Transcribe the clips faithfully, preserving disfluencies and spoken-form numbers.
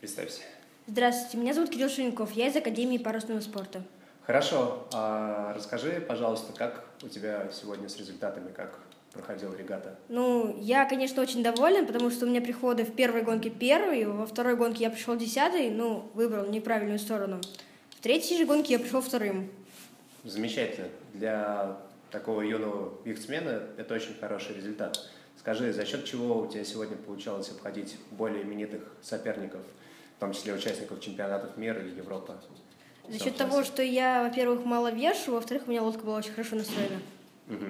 представься. Здравствуйте, меня зовут Кирилл Шевенков, я из Академии парусного спорта. Хорошо, а расскажи, пожалуйста, как у тебя сегодня с результатами, как проходила регата? Ну, я, конечно, очень доволен, потому что у меня приходы в первой гонке первый, во второй гонке я пришел десятый, ну, выбрал неправильную сторону. В третьей же гонке я пришел вторым. Замечательно. Для такого юного яхтсмена это очень хороший результат. Скажи, за счет чего у тебя сегодня получалось обходить более именитых соперников, в том числе участников чемпионатов мира и Европы? За счет того, что я, во-первых, мало вешу, во-вторых, у меня лодка была очень хорошо настроена. Угу.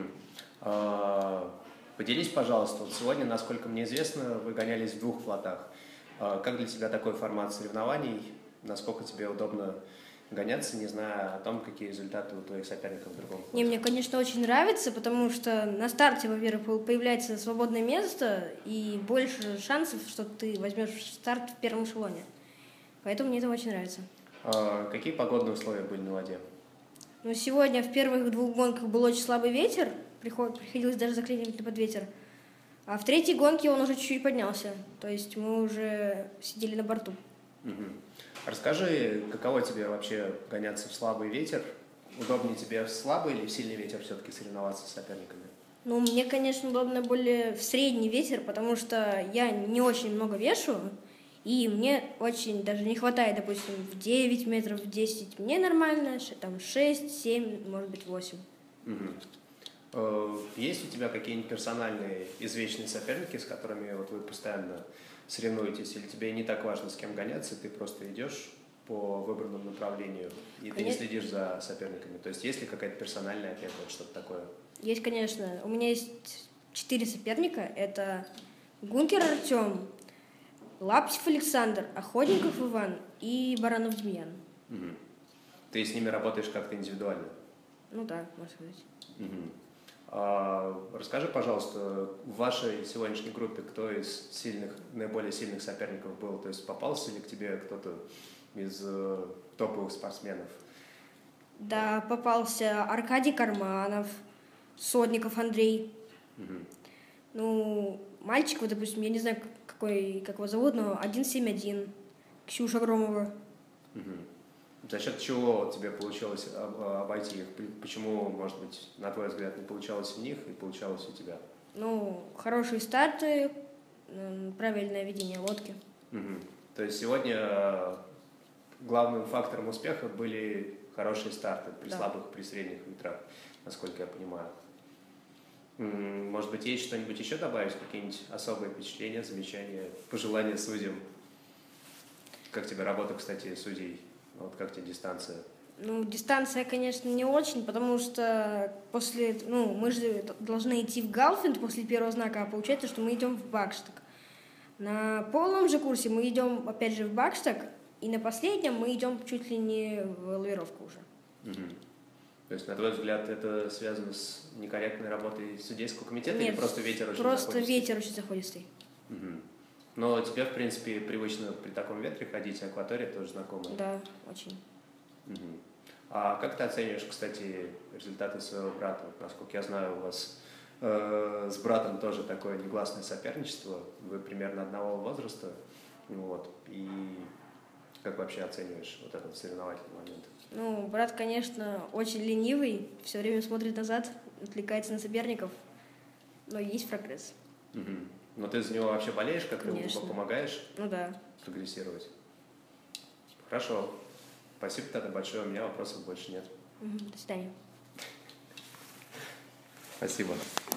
А, поделись, пожалуйста, вот сегодня, насколько мне известно, вы гонялись в двух флотах. А, как для тебя такой формат соревнований? Насколько тебе удобно гоняться, не зная о том, какие результаты у твоих соперников в другом флоте? Не, мне, конечно, очень нравится, потому что на старте, во-первых, появляется свободное место и больше шансов, что ты возьмешь старт в первом эшелоне. Поэтому мне это очень нравится. А, какие погодные условия были на воде? Ну, сегодня в первых двух гонках был очень слабый ветер, приходилось даже заклинивать под ветер. А в третьей гонке он уже чуть-чуть поднялся, то есть мы уже сидели на борту. Угу. Расскажи, каково тебе вообще гоняться в слабый ветер? Удобнее тебе в слабый или в сильный ветер все-таки соревноваться с соперниками? Ну, мне, конечно, удобно более в средний ветер, потому что я не очень много вешу, и мне очень даже не хватает, допустим, в девять метров, в десять. Мне нормально, там шесть, семь, может быть, восемь. Угу. Есть у тебя какие-нибудь персональные извечные соперники, с которыми вот вы постоянно соревнуетесь, или тебе не так важно, с кем гоняться, ты просто идешь по выбранному направлению, и ты не следишь за соперниками? То есть есть ли какая-то персональная опека, вот что-то такое? Есть, конечно. У меня есть четыре соперника. Это Гункер Артем, Лаптев Александр, Охотников Иван и Баранов Демьян. Угу. Ты с ними работаешь как-то индивидуально? Ну да, можно сказать. Угу. А, расскажи, пожалуйста, в вашей сегодняшней группе кто из сильных, наиболее сильных соперников был? То есть попался ли к тебе кто-то из э, топовых спортсменов? Да, попался Аркадий Карманов, Сотников Андрей. Угу. Ну, мальчик, вот, допустим, я не знаю, какой, как его зовут, но один семь один, Ксюша Громова. Угу. За счет чего тебе получилось обойти их? Почему, может быть, на твой взгляд, не получалось у них и получалось у тебя? Ну, хорошие старты, правильное ведение лодки. Угу. То есть сегодня главным фактором успеха были хорошие старты при да. слабых, при средних ветрах, насколько я понимаю. Может быть, есть что-нибудь еще добавить? Какие-нибудь особые впечатления, замечания, пожелания судьям? Как тебе работа, кстати, судей? Вот как тебе дистанция? Ну, дистанция, конечно, не очень, потому что после, ну, мы же должны идти в Галфинд после первого знака, а получается, что мы идем в Бакштаг. На полном же курсе мы идем, опять же, в Бакштаг, и на последнем мы идем чуть ли не в лавировку уже. Угу. То есть, на твой взгляд, это связано с некорректной работой судейского комитета? Нет, или просто ветер очень просто заходистый? ветер очень заходистый. Угу. Но тебе, в принципе, привычно при таком ветре ходить, акватория тоже знакомая? Да, очень. Угу. А как ты оцениваешь, кстати, результаты своего брата? Насколько я знаю, у вас э, с братом тоже такое негласное соперничество, вы примерно одного возраста, вот, и как вообще оцениваешь вот этот соревновательный момент? Ну, брат, конечно, очень ленивый, все время смотрит назад, отвлекается на соперников, но есть прогресс. Угу. Но ты за него вообще болеешь, как Конечно. ты ему помогаешь ну, да. прогрессировать? Хорошо. Спасибо тогда большое. У меня вопросов больше нет. Угу. До свидания. Спасибо.